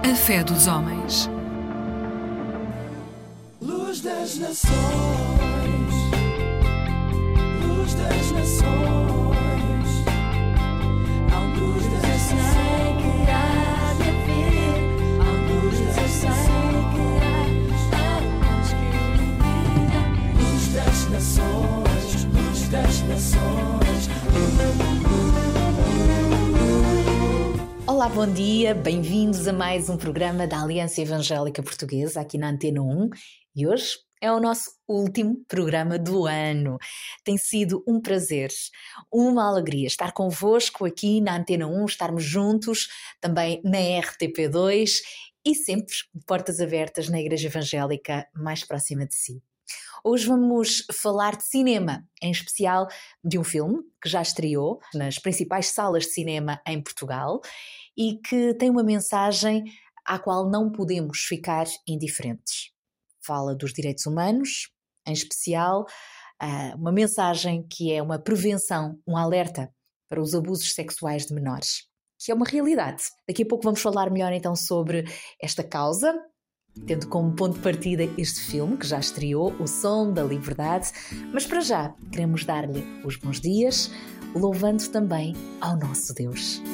A fé dos homens. Luz das nações, luz das nações, há luz das nações que há de haver, há luz das nações que há luz que ilumina, luz das nações, luz das nações. Olá, bom dia, bem-vindos a mais um programa da Aliança Evangélica Portuguesa aqui na Antena 1 e hoje é o nosso último programa do ano. Tem sido um prazer, uma alegria estar convosco aqui na Antena 1, estarmos juntos também na RTP2 e sempre de portas abertas na Igreja Evangélica mais próxima de si. Hoje vamos falar de cinema, em especial de um filme que já estreou nas principais salas de cinema em Portugal e que tem uma mensagem à qual não podemos ficar indiferentes. Fala dos direitos humanos, em especial uma mensagem que é uma prevenção, um alerta para os abusos sexuais de menores, que é uma realidade. Daqui a pouco vamos falar melhor então sobre esta causa, tendo como ponto de partida este filme que já estreou, O Som da Liberdade, mas para já queremos dar-lhe os bons dias, louvando também ao nosso Deus.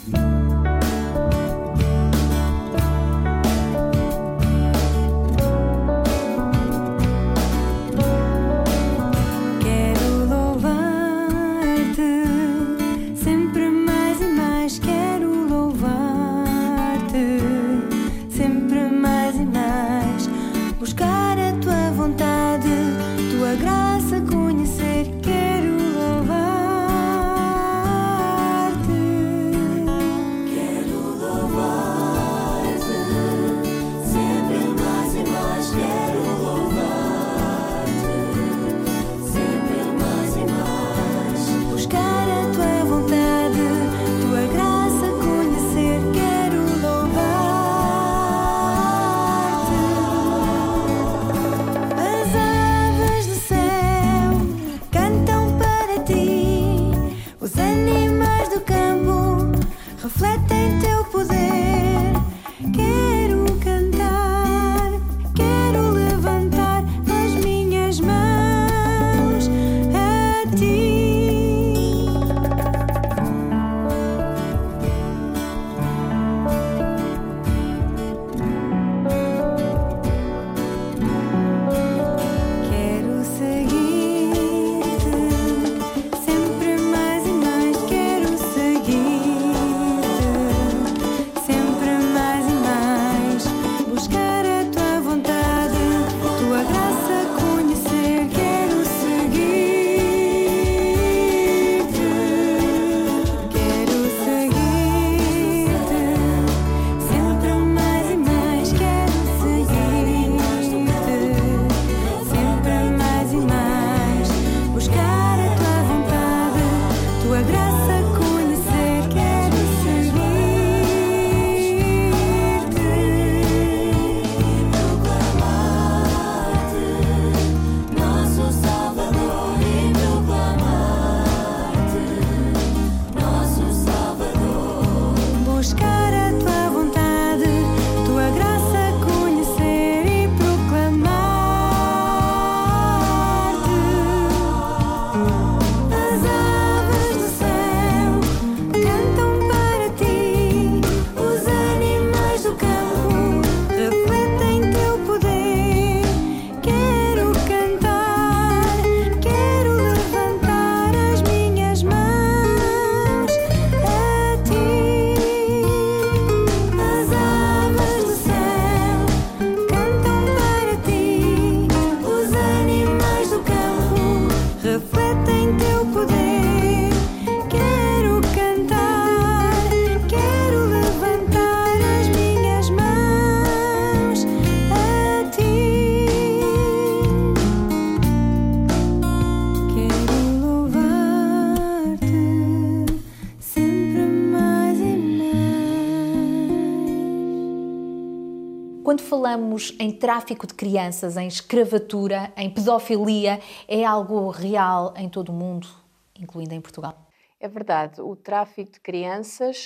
Quando falamos em tráfico de crianças, em escravatura, em pedofilia, é algo real em todo o mundo, incluindo em Portugal? É verdade, o tráfico de crianças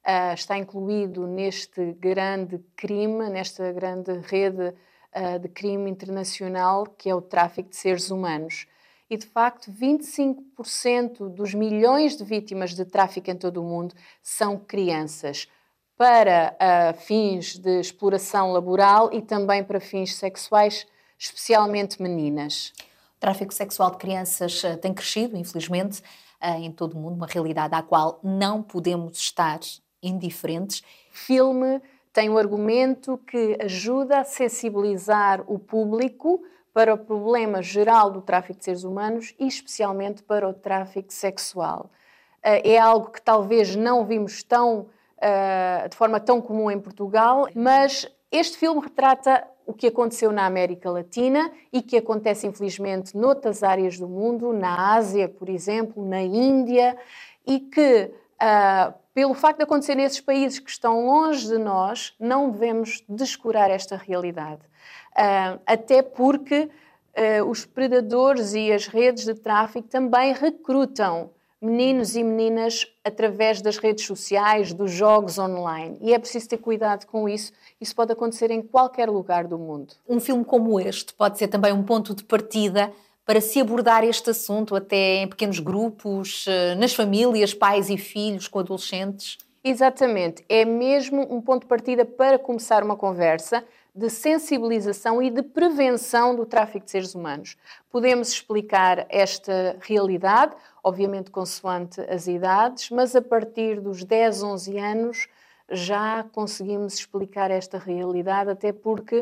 está incluído neste grande crime, nesta grande rede de crime internacional que é o tráfico de seres humanos. E, de facto, 25% dos milhões de vítimas de tráfico em todo o mundo são crianças, para fins de exploração laboral e também para fins sexuais, especialmente meninas. O tráfico sexual de crianças tem crescido, infelizmente, em todo o mundo, uma realidade à qual não podemos estar indiferentes. O filme tem um argumento que ajuda a sensibilizar o público para o problema geral do tráfico de seres humanos e especialmente para o tráfico sexual. É algo que talvez não vimos de forma tão comum em Portugal, mas este filme retrata o que aconteceu na América Latina e que acontece, infelizmente, noutras áreas do mundo, na Ásia, por exemplo, na Índia, e que, pelo facto de acontecer nesses países que estão longe de nós, não devemos descurar esta realidade. Até porque os predadores e as redes de tráfico também recrutam meninos e meninas através das redes sociais, dos jogos online. E é preciso ter cuidado com isso. Isso pode acontecer em qualquer lugar do mundo. Um filme como este pode ser também um ponto de partida para se abordar este assunto até em pequenos grupos, nas famílias, pais e filhos, com adolescentes? Exatamente. É mesmo um ponto de partida para começar uma conversa de sensibilização e de prevenção do tráfico de seres humanos. Podemos explicar esta realidade, obviamente consoante as idades, mas a partir dos 10, 11 anos já conseguimos explicar esta realidade, até porque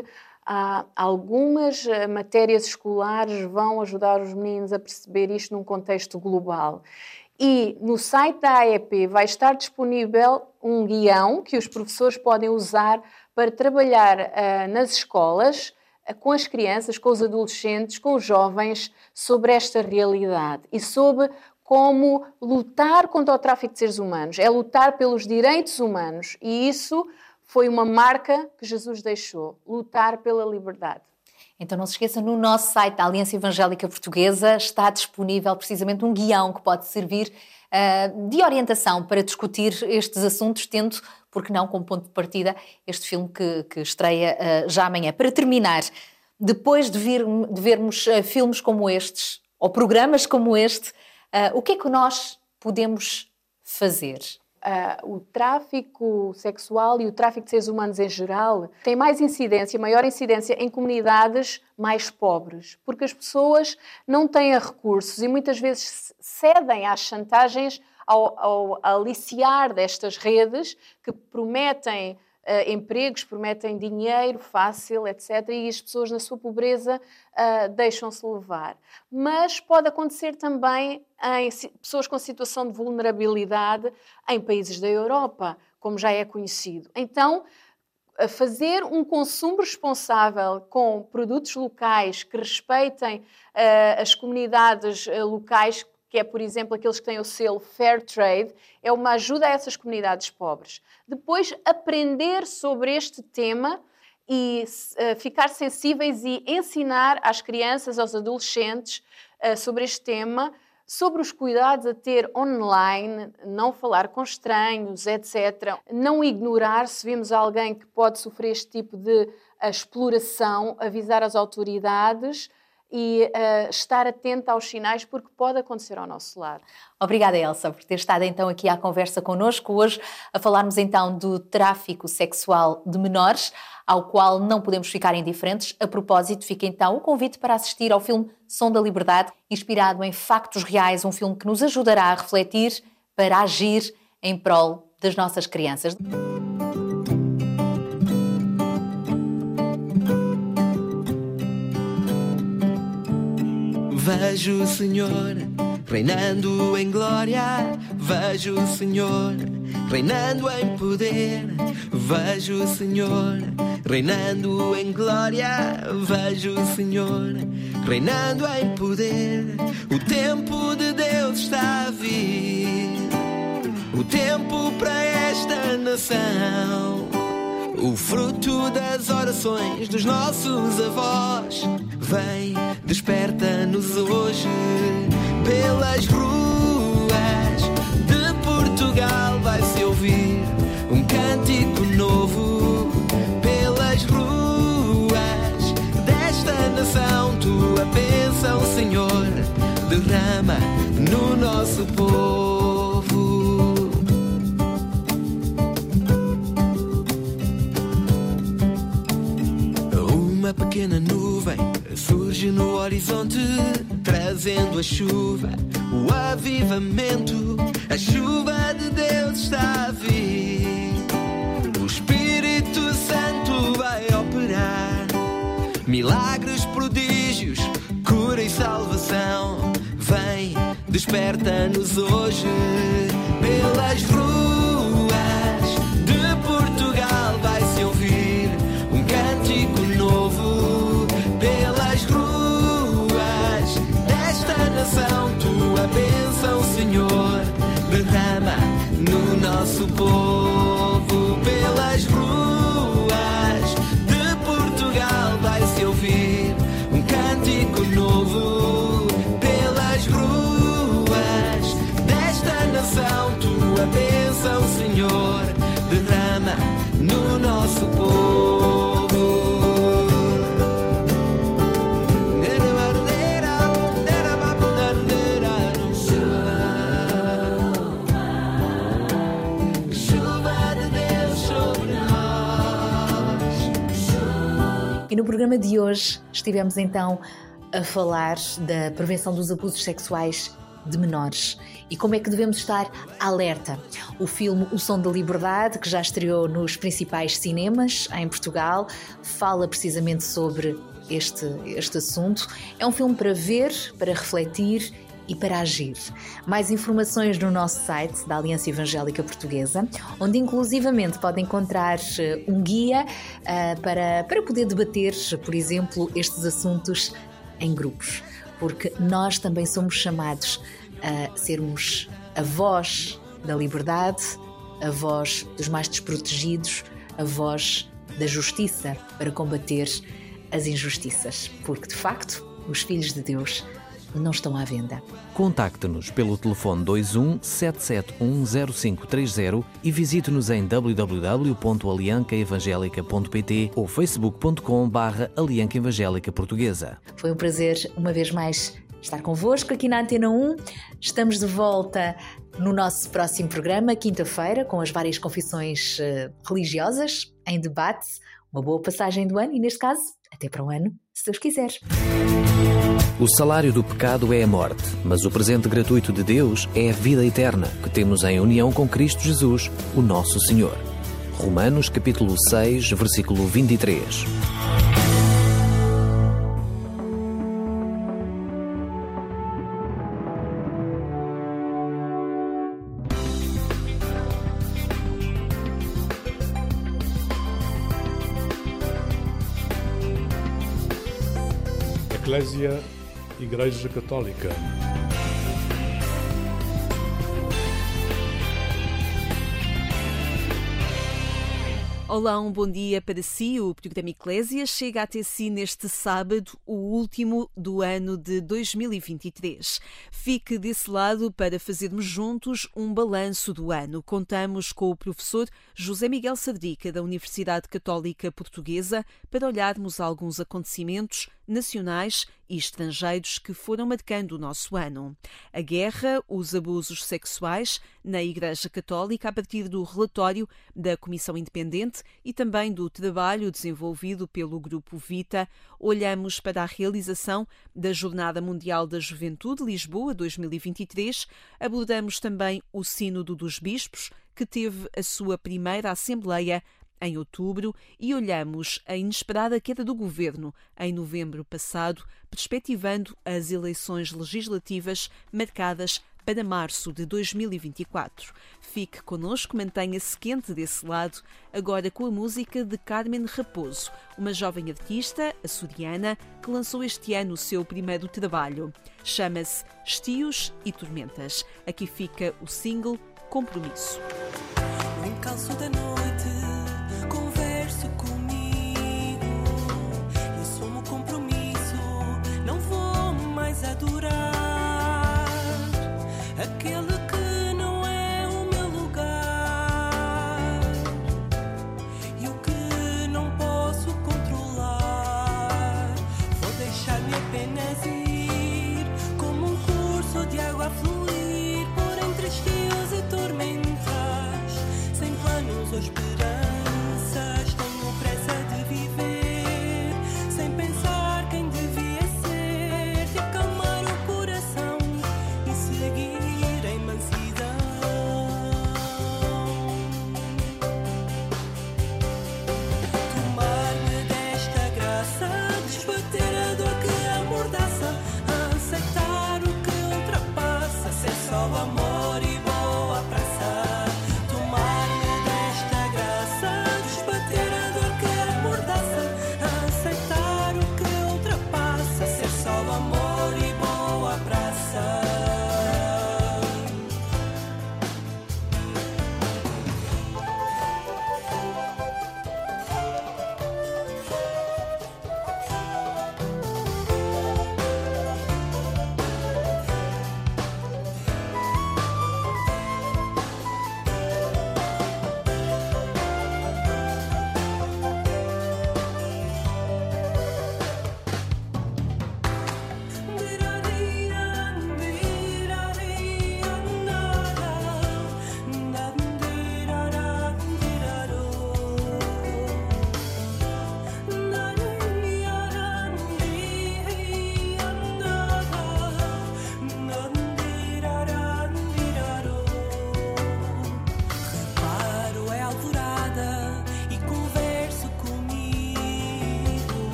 algumas matérias escolares vão ajudar os meninos a perceber isto num contexto global. E no site da AEP vai estar disponível um guião que os professores podem usar para trabalhar nas escolas, com as crianças, com os adolescentes, com os jovens, sobre esta realidade e sobre como lutar contra o tráfico de seres humanos. É lutar pelos direitos humanos e isso foi uma marca que Jesus deixou, lutar pela liberdade. Então não se esqueça, no nosso site da Aliança Evangélica Portuguesa está disponível precisamente um guião que pode servir de orientação para discutir estes assuntos, tendo, porque não, como ponto de partida, este filme que estreia já amanhã. Para terminar, depois de vermos filmes como estes, ou programas como este, o que é que nós podemos fazer? O tráfico sexual e o tráfico de seres humanos em geral tem maior incidência em comunidades mais pobres, porque as pessoas não têm recursos e muitas vezes cedem às chantagens ao aliciar destas redes que prometem empregos, prometem dinheiro fácil, etc. E as pessoas na sua pobreza deixam-se levar. Mas pode acontecer também em pessoas com situação de vulnerabilidade em países da Europa, como já é conhecido. Então, fazer um consumo responsável com produtos locais que respeitem as comunidades locais, que é, por exemplo, aqueles que têm o selo Fair Trade, é uma ajuda a essas comunidades pobres. Depois, aprender sobre este tema e ficar sensíveis e ensinar às crianças, aos adolescentes sobre este tema, sobre os cuidados a ter online, não falar com estranhos, etc. Não ignorar se vemos alguém que pode sofrer este tipo de exploração, avisar as autoridades e estar atenta aos sinais, porque pode acontecer ao nosso lado. Obrigada, Elsa, por ter estado então aqui à conversa connosco hoje, a falarmos então do tráfico sexual de menores, ao qual não podemos ficar indiferentes. A propósito, fica então o convite para assistir ao filme Som da Liberdade, inspirado em factos reais, um filme que nos ajudará a refletir para agir em prol das nossas crianças. Vejo o Senhor reinando em glória, vejo o Senhor reinando em poder, vejo o Senhor reinando em glória, vejo o Senhor reinando em poder. O tempo de Deus está a vir, o tempo para esta nação, o fruto das orações dos nossos avós. Vem, desperta-nos hoje. Pelas ruas de Portugal vai-se ouvir pequena nuvem surge no horizonte, trazendo a chuva, o avivamento. A chuva de Deus está a vir. O Espírito Santo vai operar milagres, prodígios, cura e salvação. Vem, desperta-nos hoje. Pelas ruas de Portugal vai-se ouvir um cântico novo. Pelas ruas desta nação, tua bênção, Senhor, derrama no nosso povo. Pelas ruas de Portugal vai-se ouvir um cântico novo. Pelas ruas desta nação, tua bênção, Senhor, derrama no nosso povo. E no programa de hoje estivemos então a falar da prevenção dos abusos sexuais de menores e como é que devemos estar alerta. O filme O Som da Liberdade, que já estreou nos principais cinemas em Portugal, fala precisamente sobre este assunto. É um filme para ver, para refletir e para agir. Mais informações no nosso site da Aliança Evangélica Portuguesa, onde inclusivamente pode encontrar um guia para poder debater, por exemplo, estes assuntos em grupos, porque nós também somos chamados a sermos a voz da liberdade, a voz dos mais desprotegidos, a voz da justiça para combater as injustiças, porque de facto os filhos de Deus não estão à venda. Contacte-nos pelo telefone 21 771 0530 e visite-nos em www.aliancaevangelica.pt ou facebook.com/Alianca Evangélica Portuguesa. Foi um prazer, uma vez mais, estar convosco aqui na Antena 1. Estamos de volta no nosso próximo programa, quinta-feira, com as várias confissões religiosas em debate. Uma boa passagem do ano e, neste caso, até para o ano, se Deus quiser. O salário do pecado é a morte, mas o presente gratuito de Deus é a vida eterna, que temos em união com Cristo Jesus, o nosso Senhor. Romanos capítulo 6, versículo 23. Eclésia, Igreja Católica. Olá, um bom dia para si. O programa Eclésia chega até si neste sábado, o último do ano de 2023. Fique desse lado para fazermos juntos um balanço do ano. Contamos com o professor José Miguel Sadrica, da Universidade Católica Portuguesa, para olharmos alguns acontecimentos nacionais e estrangeiros que foram marcando o nosso ano. A guerra, os abusos sexuais na Igreja Católica, a partir do relatório da Comissão Independente e também do trabalho desenvolvido pelo Grupo Vita, olhamos para a realização da Jornada Mundial da Juventude Lisboa 2023, abordamos também o Sínodo dos Bispos, que teve a sua primeira Assembleia em outubro, e olhamos a inesperada queda do governo em novembro passado, perspectivando as eleições legislativas marcadas para março de 2024. Fique connosco, mantenha-se quente desse lado, agora com a música de Carmen Raposo, uma jovem artista açoriana que lançou este ano o seu primeiro trabalho. Chama-se Estios e Tormentas. Aqui fica o single Compromisso. No encalço da noite, converso comigo e assumo o compromisso. Não vou mais adorar aquele que não é o meu lugar e o que não posso controlar. Vou deixar-me apenas ir como um curso de água a fluir por entre estios e tormentas, sem planos ou esperanças.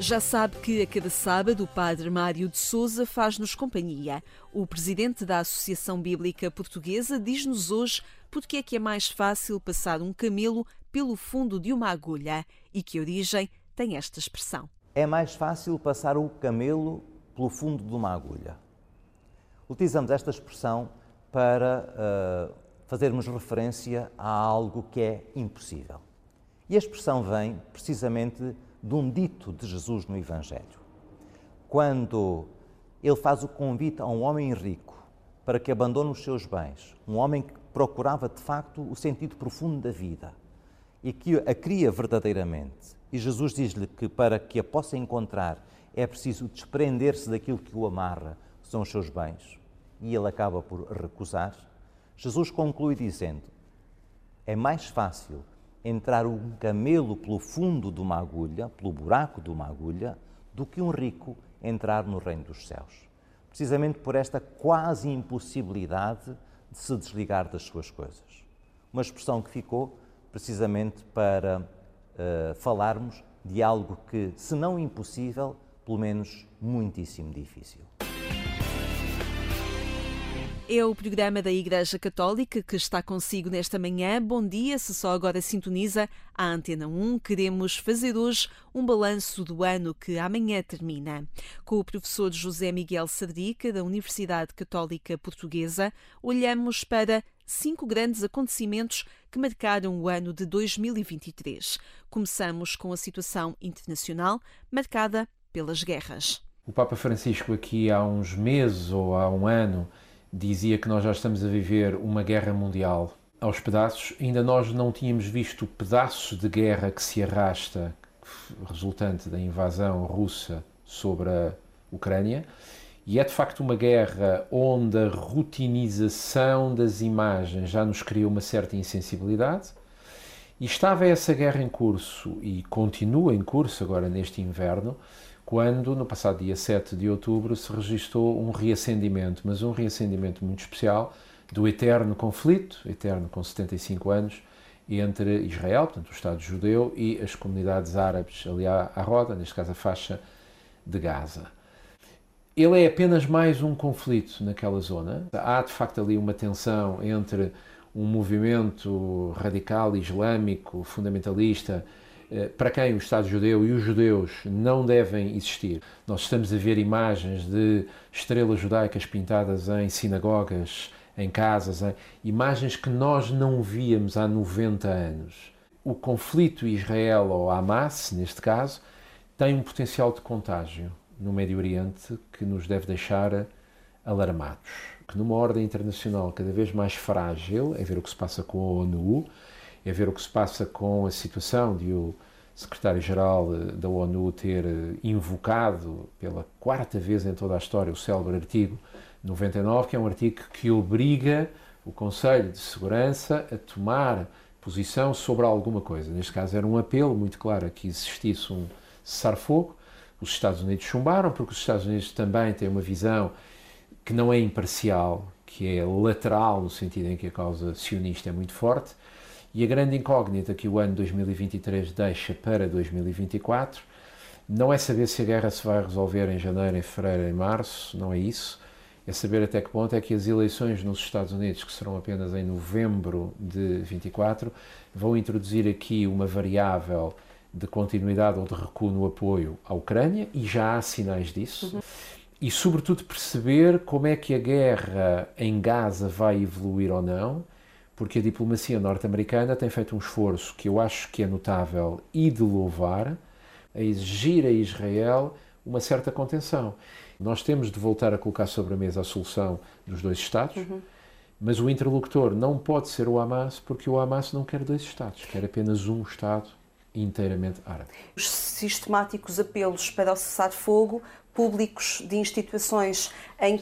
Já sabe que a cada sábado o Padre Mário de Sousa faz-nos companhia. O presidente da Associação Bíblica Portuguesa diz-nos hoje porque é que é mais fácil passar um camelo pelo fundo de uma agulha e que origem tem esta expressão. É mais fácil passar o camelo pelo fundo de uma agulha. Utilizamos esta expressão para fazermos referência a algo que é impossível. E a expressão vem precisamente de um dito de Jesus no Evangelho. Quando ele faz o convite a um homem rico para que abandone os seus bens, um homem que procurava de facto o sentido profundo da vida e que a queria verdadeiramente. E Jesus diz-lhe que para que a possa encontrar é preciso desprender-se daquilo que o amarra, são os seus bens. E ele acaba por recusar. Jesus conclui dizendo: é mais fácil entrar um camelo pelo fundo de uma agulha, pelo buraco de uma agulha, do que um rico entrar no reino dos céus. Precisamente por esta quase impossibilidade de se desligar das suas coisas. Uma expressão que ficou precisamente para falarmos de algo que, se não impossível, pelo menos muitíssimo difícil. É o programa da Igreja Católica que está consigo nesta manhã. Bom dia, se só agora sintoniza a Antena 1. Queremos fazer hoje um balanço do ano que amanhã termina. Com o professor José Miguel Sardica, da Universidade Católica Portuguesa, olhamos para 5 grandes acontecimentos que marcaram o ano de 2023. Começamos com a situação internacional, marcada pelas guerras. O Papa Francisco, aqui há uns meses ou há um ano, dizia que nós já estamos a viver uma guerra mundial aos pedaços. Ainda nós não tínhamos visto o pedaço de guerra que se arrasta resultante da invasão russa sobre a Ucrânia. E é de facto uma guerra onde a rotinização das imagens já nos cria uma certa insensibilidade. E estava essa guerra em curso e continua em curso agora neste inverno, quando, no passado dia 7 de outubro, se registrou um reacendimento, mas um reacendimento muito especial, do eterno conflito, eterno com 75 anos, entre Israel, portanto o Estado judeu, e as comunidades árabes ali à roda, neste caso a faixa de Gaza. Ele é apenas mais um conflito naquela zona. Há, de facto, ali uma tensão entre um movimento radical islâmico, fundamentalista, para quem o Estado judeu e os judeus não devem existir. Nós estamos a ver imagens de estrelas judaicas pintadas em sinagogas, em casas, imagens que nós não víamos há 90 anos. O conflito Israel ou Hamas, neste caso, tem um potencial de contágio no Médio Oriente que nos deve deixar alarmados. Que numa ordem internacional cada vez mais frágil, é ver o que se passa com a ONU, é ver o que se passa com a situação de o secretário-geral da ONU ter invocado pela 4ª vez em toda a história o célebre artigo 99, que é um artigo que obriga o Conselho de Segurança a tomar posição sobre alguma coisa. Neste caso era um apelo muito claro a que existisse um cessar-fogo. Os Estados Unidos chumbaram, porque os Estados Unidos também têm uma visão que não é imparcial, que é lateral, no sentido em que a causa sionista é muito forte. E a grande incógnita que o ano 2023 deixa para 2024 não é saber se a guerra se vai resolver em janeiro, em fevereiro, em março, não é isso. É saber até que ponto é que as eleições nos Estados Unidos, que serão apenas em novembro de 24, vão introduzir aqui uma variável de continuidade ou de recuo no apoio à Ucrânia, e já há sinais disso. E, sobretudo, perceber como é que a guerra em Gaza vai evoluir ou não, porque a diplomacia norte-americana tem feito um esforço que eu acho que é notável e de louvar, a exigir a Israel uma certa contenção. Nós temos de voltar a colocar sobre a mesa a solução dos 2 Estados, mas o interlocutor não pode ser o Hamas, porque o Hamas não quer 2 Estados, quer apenas um Estado inteiramente árabe. Os sistemáticos apelos para o cessar-fogo públicos de instituições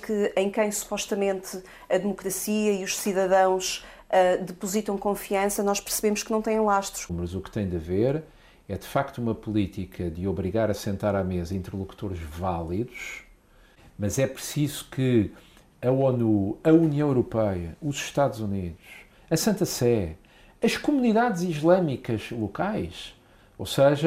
em quem supostamente a democracia e os cidadãos depositam confiança, nós percebemos que não têm lastros. Mas o que tem de haver é de facto uma política de obrigar a sentar à mesa interlocutores válidos, mas é preciso que a ONU, a União Europeia, os Estados Unidos, a Santa Sé, as comunidades islâmicas locais, ou seja,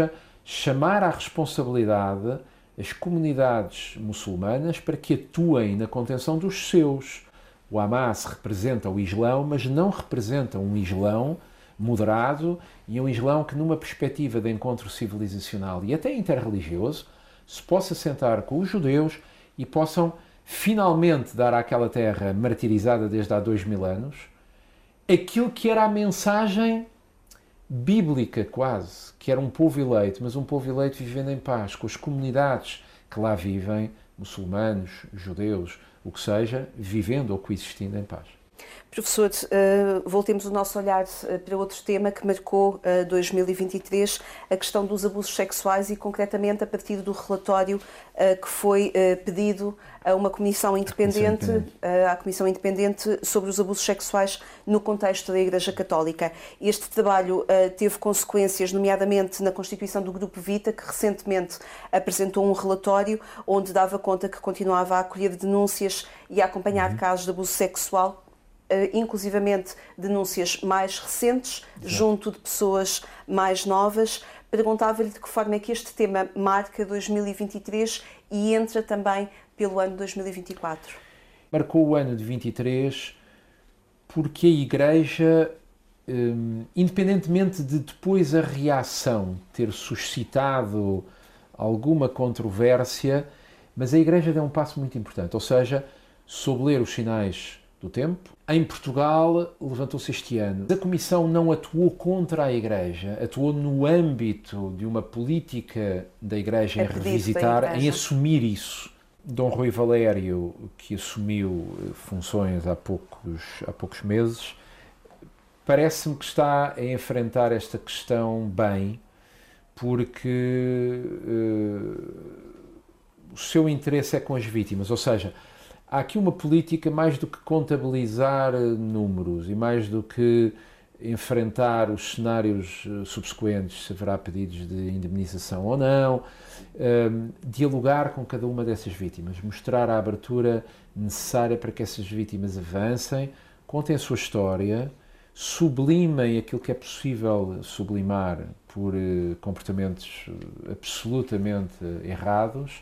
chamar à responsabilidade as comunidades muçulmanas para que atuem na contenção dos seus. O Hamas representa o Islão, mas não representa um Islão moderado e um Islão que, numa perspectiva de encontro civilizacional e até interreligioso, se possa sentar com os judeus e possam finalmente dar àquela terra martirizada desde há 2000 anos aquilo que era a mensagem bíblica quase, que era um povo eleito, mas um povo eleito vivendo em paz, com as comunidades que lá vivem, muçulmanos, judeus, o que seja, vivendo ou coexistindo em paz. Professor, voltemos o nosso olhar para outro tema que marcou 2023, a questão dos abusos sexuais e, concretamente, a partir do relatório que foi pedido a uma comissão independente, à Comissão Independente sobre os abusos sexuais no contexto da Igreja Católica. Este trabalho teve consequências, nomeadamente na constituição do Grupo Vita, que recentemente apresentou um relatório onde dava conta que continuava a acolher denúncias e a acompanhar casos de abuso sexual, inclusivamente denúncias mais recentes, junto de pessoas mais novas. Perguntava-lhe de que forma é que este tema marca 2023 e entra também pelo ano 2024. Marcou o ano de 23 porque a Igreja, independentemente de depois a reação ter suscitado alguma controvérsia, mas a Igreja deu um passo muito importante, ou seja, soube ler os sinais do tempo. Em Portugal, levantou-se este ano. A Comissão não atuou contra a Igreja, atuou no âmbito de uma política da Igreja em revisitar, em assumir isso. Dom Rui Valério, que assumiu funções há poucos meses, parece-me que está a enfrentar esta questão bem, porque o seu interesse é com as vítimas, ou seja, há aqui uma política mais do que contabilizar números e mais do que enfrentar os cenários subsequentes, se haverá pedidos de indemnização ou não, dialogar com cada uma dessas vítimas, mostrar a abertura necessária para que essas vítimas avancem, contem a sua história, sublimem aquilo que é possível sublimar por comportamentos absolutamente errados.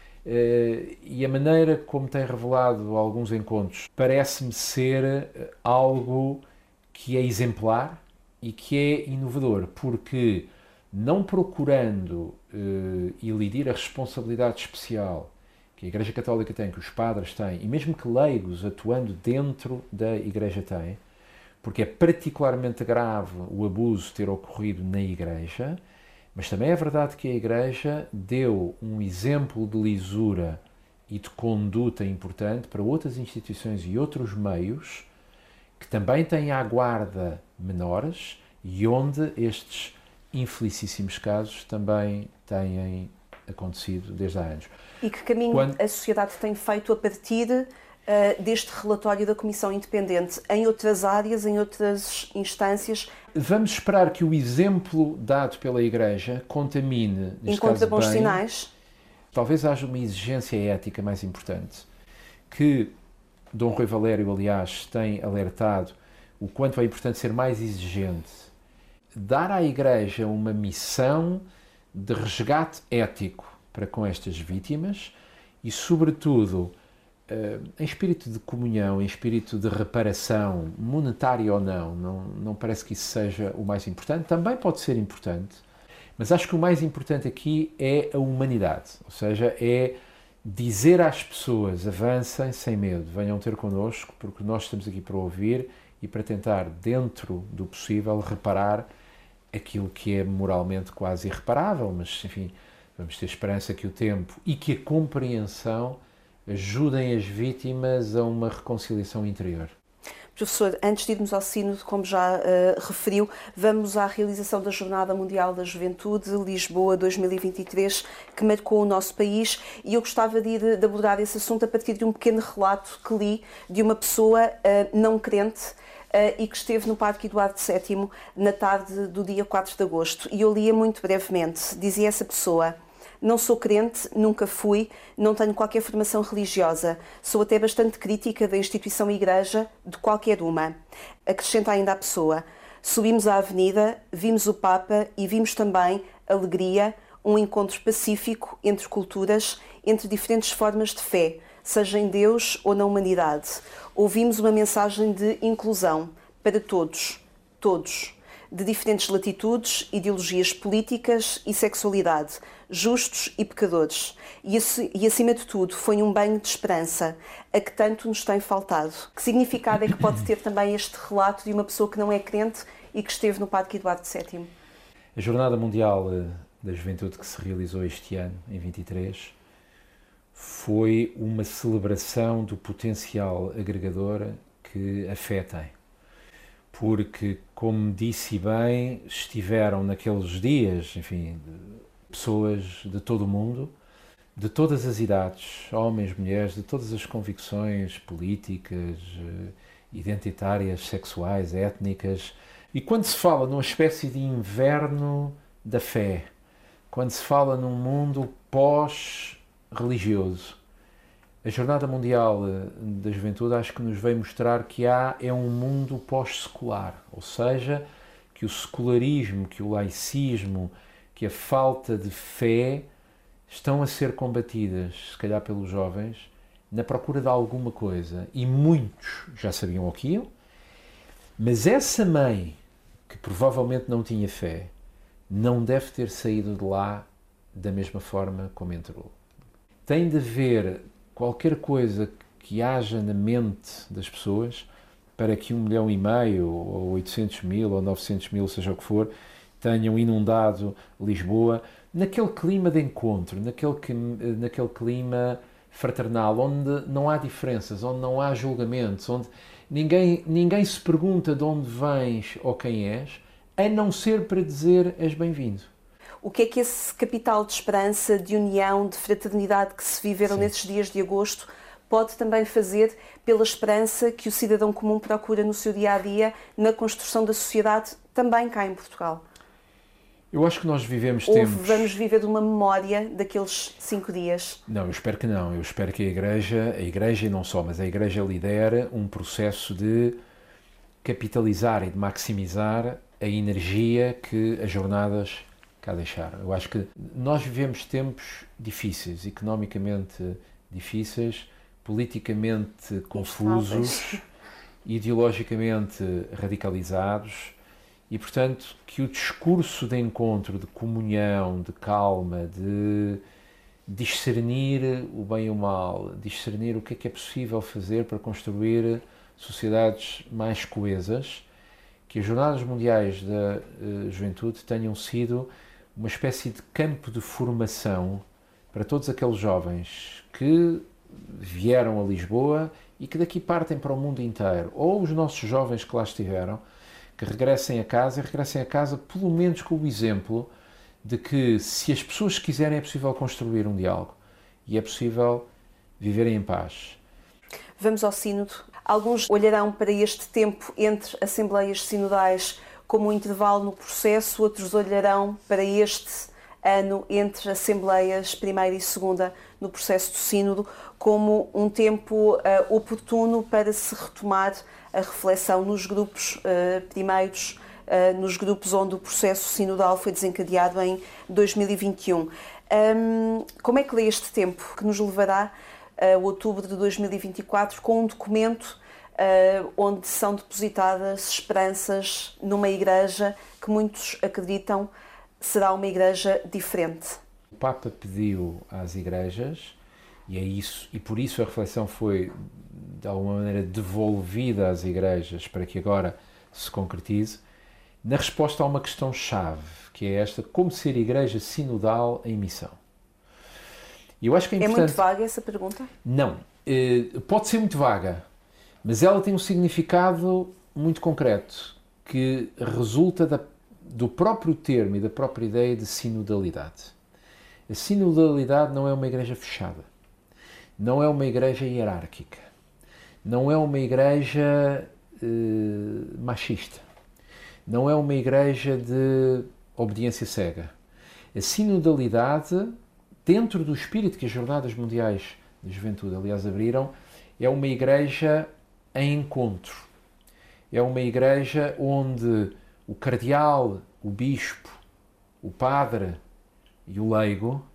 E a maneira como tem revelado alguns encontros parece-me ser algo que é exemplar e que é inovador, porque não procurando elidir a responsabilidade especial que a Igreja Católica tem, que os padres têm, e mesmo que leigos atuando dentro da Igreja têm, porque é particularmente grave o abuso ter ocorrido na Igreja, mas também é verdade que a Igreja deu um exemplo de lisura e de conduta importante para outras instituições e outros meios que também têm à guarda menores e onde estes infelicíssimos casos também têm acontecido desde há anos. E que caminho a sociedade tem feito a partir deste relatório da Comissão Independente em outras áreas, em outras instâncias? Vamos esperar que o exemplo dado pela Igreja contamine, encontra bons sinais. Talvez haja uma exigência ética mais importante, que Dom Rui Valério, aliás, tem alertado o quanto é importante ser mais exigente. Dar à Igreja uma missão de resgate ético para com estas vítimas e, sobretudo, em espírito de comunhão, em espírito de reparação, monetária ou não parece que isso seja o mais importante. Também pode ser importante, mas acho que o mais importante aqui é a humanidade, ou seja, é dizer às pessoas, avancem sem medo, venham ter connosco, porque nós estamos aqui para ouvir e para tentar, dentro do possível, reparar aquilo que é moralmente quase irreparável, mas, enfim, vamos ter esperança que o tempo e que a compreensão ajudem as vítimas a uma reconciliação interior. Professor, antes de irmos ao Sínodo, como já referiu, vamos à realização da Jornada Mundial da Juventude, Lisboa 2023, que marcou o nosso país, e eu gostava de abordar esse assunto a partir de um pequeno relato que li de uma pessoa não crente e que esteve no Parque Eduardo VII na tarde do dia 4 de agosto. E eu lia muito brevemente. Dizia essa pessoa: não sou crente, nunca fui, não tenho qualquer formação religiosa. Sou até bastante crítica da instituição Igreja, de qualquer uma. Acrescenta ainda a pessoa: subimos à avenida, vimos o Papa e vimos também alegria, um encontro pacífico entre culturas, entre diferentes formas de fé, seja em Deus ou na humanidade. Ouvimos uma mensagem de inclusão para todos, de diferentes latitudes, ideologias políticas e sexualidade, justos e pecadores. E acima de tudo, foi um banho de esperança, a que tanto nos tem faltado. Que significado é que pode ter também este relato de uma pessoa que não é crente e que esteve no Padre Eduardo VII? A Jornada Mundial da Juventude que se realizou este ano, em 23, foi uma celebração do potencial agregador que a fé tem. Porque, como disse bem, estiveram naqueles dias, enfim, pessoas de todo o mundo, de todas as idades, homens, mulheres, de todas as convicções políticas, identitárias, sexuais, étnicas. E quando se fala numa espécie de inverno da fé, quando se fala num mundo pós-religioso, a Jornada Mundial da Juventude acho que nos veio mostrar que é um mundo pós-secular, ou seja, que o secularismo, que o laicismo, que a falta de fé estão a ser combatidas, se calhar pelos jovens, na procura de alguma coisa. E muitos já sabiam o que iam, mas essa mãe, que provavelmente não tinha fé, não deve ter saído de lá da mesma forma como entrou. Tem de haver qualquer coisa que haja na mente das pessoas para que 1,5 milhão, ou 800 mil, ou 900 mil, seja o que for, tenham inundado Lisboa, naquele clima de encontro, naquele clima fraternal, onde não há diferenças, onde não há julgamentos, onde ninguém se pergunta de onde vens ou quem és, a não ser para dizer és bem-vindo. O que é que esse capital de esperança, de união, de fraternidade que se viveram nesses dias de agosto pode também fazer pela esperança que o cidadão comum procura no seu dia-a-dia na construção da sociedade também cá em Portugal? Eu acho que nós vivemos Ou tempos... vamos viver de uma memória daqueles 5 dias? Não, eu espero que não. Eu espero que a Igreja e não só, mas a Igreja lidere um processo de capitalizar e de maximizar a energia que as jornadas cá deixaram. Eu acho que nós vivemos tempos difíceis, economicamente difíceis, politicamente confusos, ideologicamente radicalizados e, portanto, que o discurso de encontro, de comunhão, de calma, de discernir o bem e o mal, discernir o que é possível fazer para construir sociedades mais coesas, que as Jornadas Mundiais da Juventude tenham sido uma espécie de campo de formação para todos aqueles jovens que vieram a Lisboa e que daqui partem para o mundo inteiro, ou os nossos jovens que lá estiveram, que regressem a casa pelo menos com o exemplo de que, se as pessoas quiserem, é possível construir um diálogo e é possível viverem em paz. Vamos ao sínodo. Alguns olharão para este tempo entre assembleias sinodais como um intervalo no processo, outros olharão para este ano entre assembleias primeira e segunda no processo do sínodo como um tempo oportuno para se retomar a reflexão nos grupos primeiros, nos grupos onde o processo sinodal foi desencadeado em 2021. Como é que lê este tempo que nos levará a outubro de 2024 com um documento onde são depositadas esperanças numa igreja que muitos acreditam será uma igreja diferente? O Papa pediu às igrejas, e por isso a reflexão foi de alguma maneira devolvida às igrejas para que agora se concretize, na resposta a uma questão-chave, que é esta: como ser igreja sinodal em missão? E eu acho que é importante... É muito vaga essa pergunta? Não. Pode ser muito vaga, mas ela tem um significado muito concreto, que resulta do próprio termo e da própria ideia de sinodalidade. A sinodalidade não é uma igreja fechada, não é uma igreja hierárquica, não é uma igreja machista, não é uma igreja de obediência cega. A sinodalidade, dentro do espírito que as Jornadas Mundiais da Juventude, aliás, abriram, é uma igreja em encontro. É uma igreja onde o cardeal, o bispo, o padre, e o leigo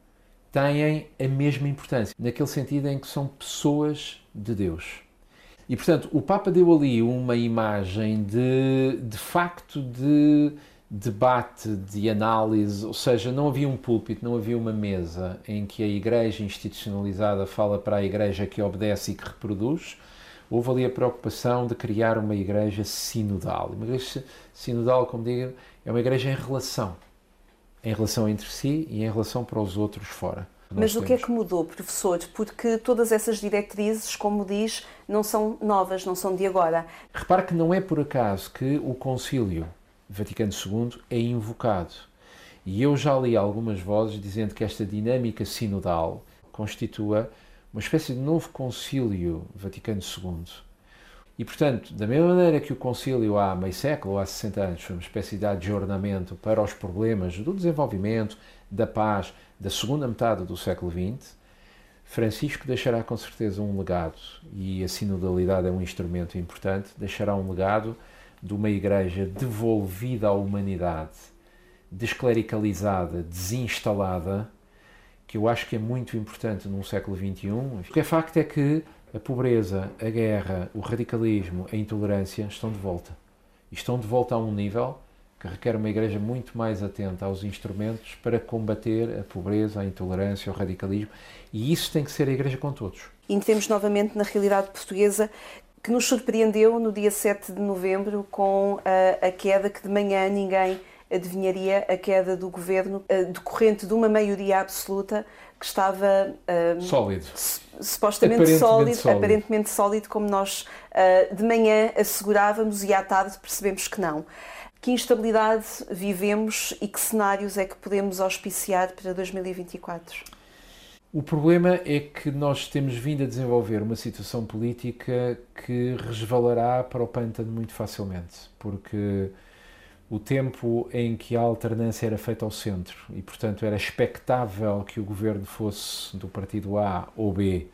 têm a mesma importância, naquele sentido em que são pessoas de Deus. E, portanto, o Papa deu ali uma imagem de facto de debate, de análise, ou seja, não havia um púlpito, não havia uma mesa em que a Igreja institucionalizada fala para a Igreja que obedece e que reproduz. Houve ali a preocupação de criar uma Igreja sinodal. Uma Igreja sinodal, como digo, é uma Igreja em relação entre si e em relação para os outros fora. Mas o que é que mudou, professor? Porque todas essas diretrizes, como diz, não são novas, não são de agora. Repare que não é por acaso que o Concílio Vaticano II é invocado. E eu já li algumas vozes dizendo que esta dinâmica sinodal constitua uma espécie de novo Concílio Vaticano II. E, portanto, da mesma maneira que o Concílio há meio século, ou há 60 anos, foi uma espécie de adjornamento para os problemas do desenvolvimento, da paz, da segunda metade do século XX, Francisco deixará com certeza um legado, e a sinodalidade é um instrumento importante, deixará um legado de uma Igreja devolvida à humanidade, desclericalizada, desinstalada, que eu acho que é muito importante num século XXI. O que é facto é que a pobreza, a guerra, o radicalismo, a intolerância estão de volta. E estão de volta a um nível que requer uma Igreja muito mais atenta aos instrumentos para combater a pobreza, a intolerância, o radicalismo. E isso tem que ser a Igreja com todos. E entremos novamente na realidade portuguesa, que nos surpreendeu no dia 7 de novembro com a queda que de manhã ninguém adivinharia, a queda do governo, decorrente de uma maioria absoluta que estava sólido. Supostamente aparentemente sólido, como nós de manhã assegurávamos e à tarde percebemos que não. Que instabilidade vivemos e que cenários é que podemos auspiciar para 2024? O problema é que nós temos vindo a desenvolver uma situação política que resvalará para o pântano muito facilmente, porque o tempo em que a alternância era feita ao centro e, portanto, era expectável que o governo fosse do partido A ou B,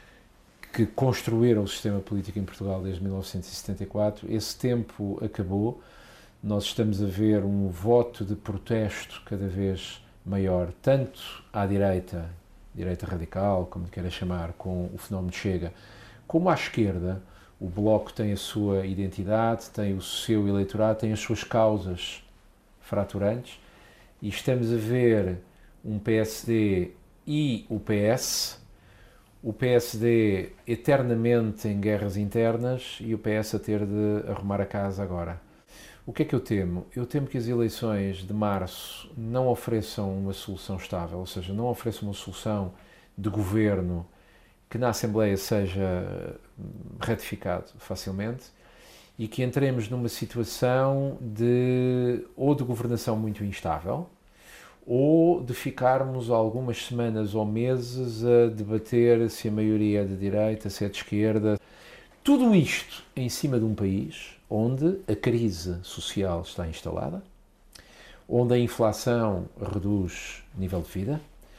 que construíram o sistema político em Portugal desde 1974, esse tempo acabou. Nós estamos a ver um voto de protesto cada vez maior, tanto à direita radical, como queira chamar, com o fenómeno Chega, como à esquerda. O Bloco tem a sua identidade, tem o seu eleitorado, tem as suas causas fraturantes, e estamos a ver um PSD e o PSD eternamente em guerras internas e o PS a ter de arrumar a casa agora. O que é que eu temo? Eu temo que as eleições de março não ofereçam uma solução estável, ou seja, não ofereçam uma solução de governo que na Assembleia seja ratificado facilmente, e que entremos numa situação ou de governação muito instável, ou de ficarmos algumas semanas ou meses a debater se a maioria é de direita, se é de esquerda. Tudo isto em cima de um país onde a crise social está instalada, onde a inflação reduz o nível de vida,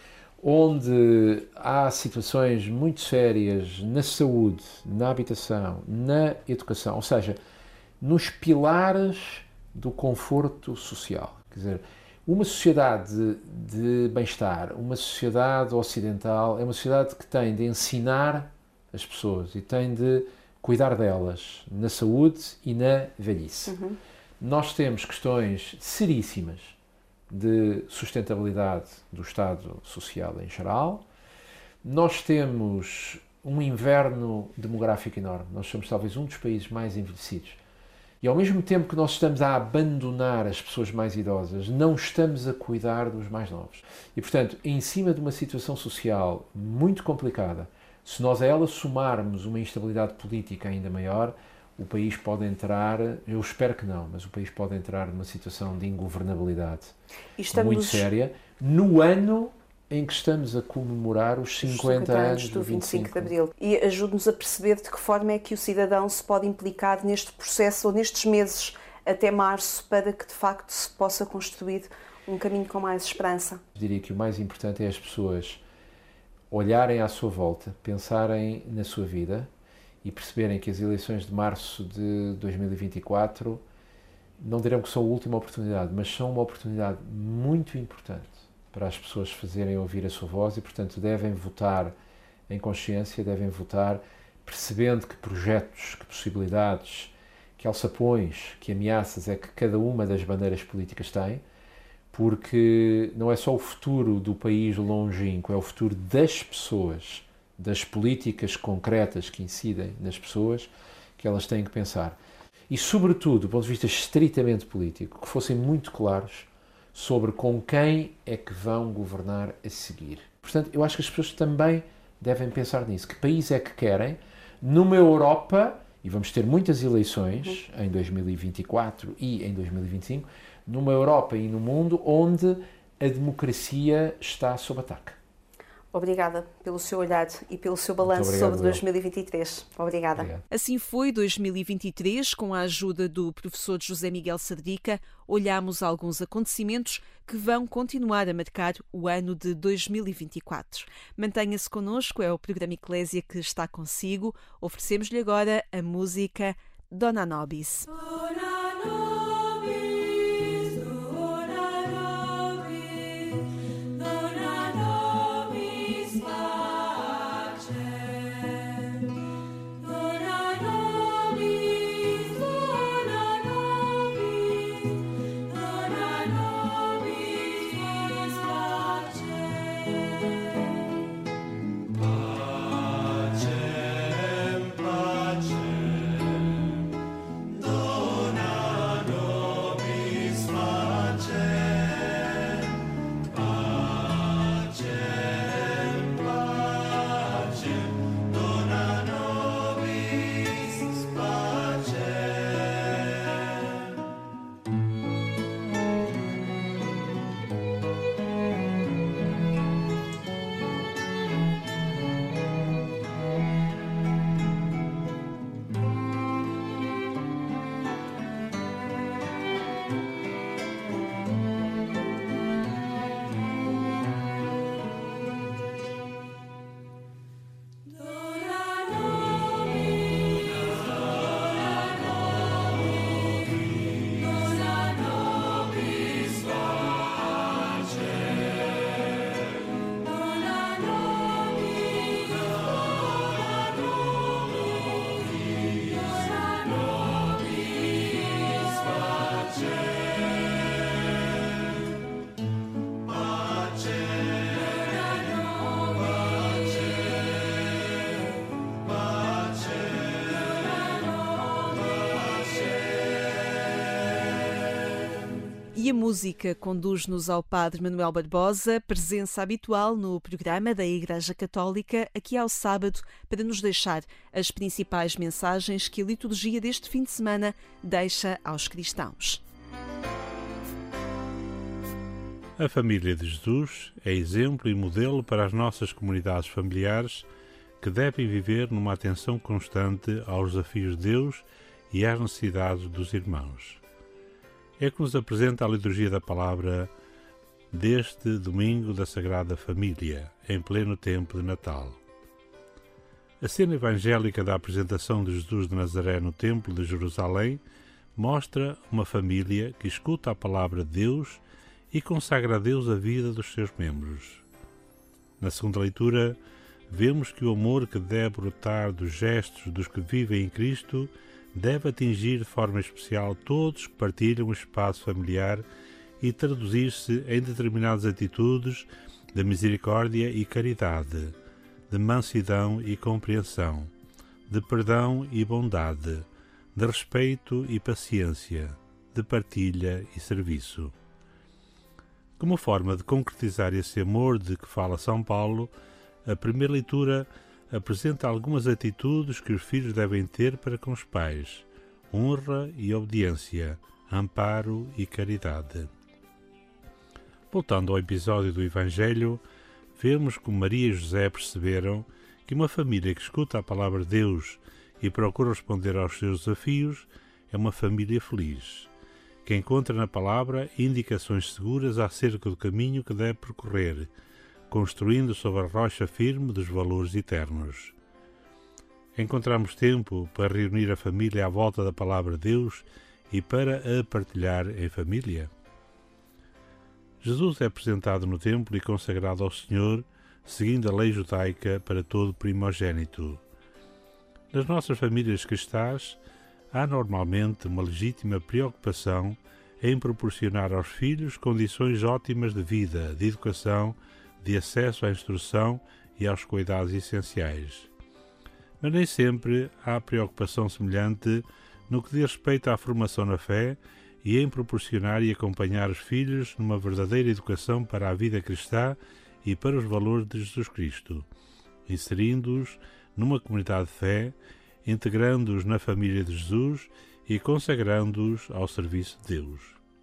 onde há situações muito sérias na saúde, na habitação, na educação, ou seja, nos pilares do conforto social. Quer dizer, uma sociedade de bem-estar, uma sociedade ocidental, é uma sociedade que tem de ensinar as pessoas e tem de cuidar delas na saúde e na velhice. Uhum. Nós temos questões seríssimas de sustentabilidade do Estado Social em geral. Nós temos um inverno demográfico enorme. Nós somos talvez um dos países mais envelhecidos. E ao mesmo tempo que nós estamos a abandonar as pessoas mais idosas, não estamos a cuidar dos mais novos. E, portanto, em cima de uma situação social muito complicada, se nós a ela somarmos uma instabilidade política ainda maior, o país pode entrar, eu espero que não, mas o país pode entrar numa situação de ingovernabilidade muito séria, no ano em que estamos a comemorar os 50 anos do 25 de Abril. E ajude-nos a perceber de que forma é que o cidadão se pode implicar neste processo, ou nestes meses até março, para que de facto se possa construir um caminho com mais esperança. Eu diria que o mais importante é as pessoas olharem à sua volta, pensarem na sua vida e perceberem que as eleições de março de 2024 não dirão que são a última oportunidade, mas são uma oportunidade muito importante para as pessoas fazerem ouvir a sua voz e, portanto, devem votar em consciência, devem votar percebendo que projetos, que possibilidades, que alçapões, que ameaças é que cada uma das bandeiras políticas tem, porque não é só o futuro do país longínquo, é o futuro das pessoas, das políticas concretas que incidem nas pessoas, que elas têm que pensar. E, sobretudo, do ponto de vista estritamente político, que fossem muito claros sobre com quem é que vão governar a seguir. Portanto, eu acho que as pessoas também devem pensar nisso. Que país é que querem? Numa Europa, e vamos ter muitas eleições em 2024 e em 2025, numa Europa e no mundo onde a democracia está sob ataque. Obrigada pelo seu olhar e pelo seu balanço sobre 2023. Obrigada. Obrigado. Assim foi 2023, com a ajuda do professor José Miguel Sardrica, olhamos alguns acontecimentos que vão continuar a marcar o ano de 2024. Mantenha-se connosco, é o programa Eclésia que está consigo. Oferecemos-lhe agora a música Dona Nobis. E a música conduz-nos ao Padre Manuel Barbosa, presença habitual no programa da Igreja Católica, aqui ao sábado, para nos deixar as principais mensagens que a liturgia deste fim de semana deixa aos cristãos. A família de Jesus é exemplo e modelo para as nossas comunidades familiares que devem viver numa atenção constante aos desafios de Deus e às necessidades dos irmãos. É que nos apresenta a liturgia da palavra deste domingo da Sagrada Família, em pleno tempo de Natal. A cena evangélica da apresentação de Jesus de Nazaré no Templo de Jerusalém mostra uma família que escuta a palavra de Deus e consagra a Deus a vida dos seus membros. Na segunda leitura, vemos que o amor que deve brotar dos gestos dos que vivem em Cristo deve atingir de forma especial todos que partilham o espaço familiar e traduzir-se em determinadas atitudes de misericórdia e caridade, de mansidão e compreensão, de perdão e bondade, de respeito e paciência, de partilha e serviço. Como forma de concretizar esse amor de que fala São Paulo, a primeira leitura apresenta algumas atitudes que os filhos devem ter para com os pais: honra e obediência, amparo e caridade. Voltando ao episódio do Evangelho, vemos como Maria e José perceberam que uma família que escuta a palavra de Deus e procura responder aos seus desafios é uma família feliz, que encontra na palavra indicações seguras acerca do caminho que deve percorrer, construindo sobre a rocha firme dos valores eternos. Encontramos tempo para reunir a família à volta da palavra de Deus e para a partilhar em família? Jesus é apresentado no templo e consagrado ao Senhor, seguindo a lei judaica para todo primogênito. Nas nossas famílias cristãs, há normalmente uma legítima preocupação em proporcionar aos filhos condições ótimas de vida, de educação, de acesso à instrução e aos cuidados essenciais. Mas nem sempre há preocupação semelhante no que diz respeito à formação na fé e em proporcionar e acompanhar os filhos numa verdadeira educação para a vida cristã e para os valores de Jesus Cristo, inserindo-os numa comunidade de fé, integrando-os na família de Jesus e consagrando-os ao serviço de Deus.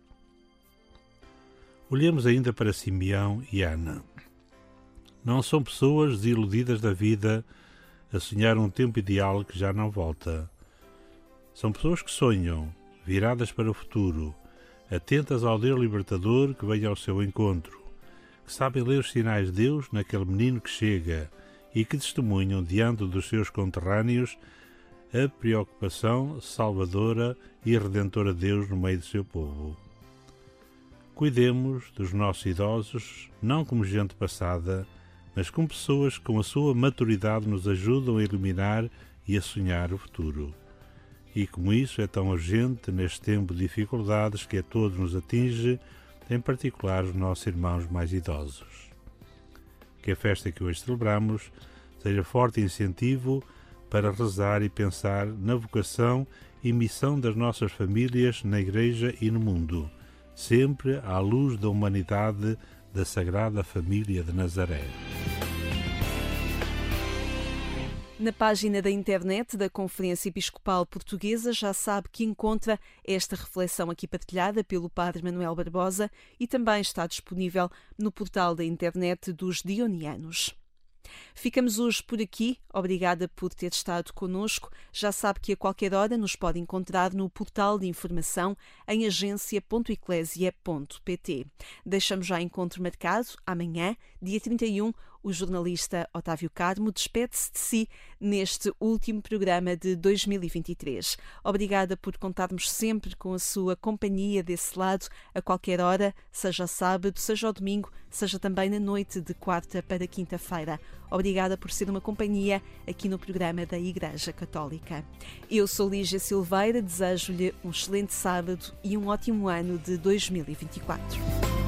Olhemos ainda para Simeão e Ana. Não são pessoas desiludidas da vida a sonhar um tempo ideal que já não volta. São pessoas que sonham, viradas para o futuro, atentas ao Deus libertador que vem ao seu encontro, que sabem ler os sinais de Deus naquele menino que chega e que testemunham diante dos seus conterrâneos a preocupação salvadora e redentora de Deus no meio do seu povo. Cuidemos dos nossos idosos, não como gente passada, mas como pessoas que com a sua maturidade nos ajudam a iluminar e a sonhar o futuro. E como isso é tão urgente neste tempo de dificuldades que a todos nos atinge, em particular os nossos irmãos mais idosos. Que a festa que hoje celebramos seja forte incentivo para rezar e pensar na vocação e missão das nossas famílias na Igreja e no mundo, sempre à luz da humanidade da Sagrada Família de Nazaré. Na página da internet da Conferência Episcopal Portuguesa já sabe que encontra esta reflexão aqui partilhada pelo Padre Manuel Barbosa e também está disponível no portal da internet dos Dionianos. Ficamos hoje por aqui. Obrigada por ter estado connosco. Já sabe que a qualquer hora nos pode encontrar no portal de informação em agência.eclesia.pt. Deixamos já encontro marcado amanhã, dia 31. O jornalista Otávio Carmo despede-se de si neste último programa de 2023. Obrigada por contarmos sempre com a sua companhia desse lado, a qualquer hora, seja sábado, seja ao domingo, seja também na noite de quarta para quinta-feira. Obrigada por ser uma companhia aqui no programa da Igreja Católica. Eu sou Lígia Silveira, desejo-lhe um excelente sábado e um ótimo ano de 2024.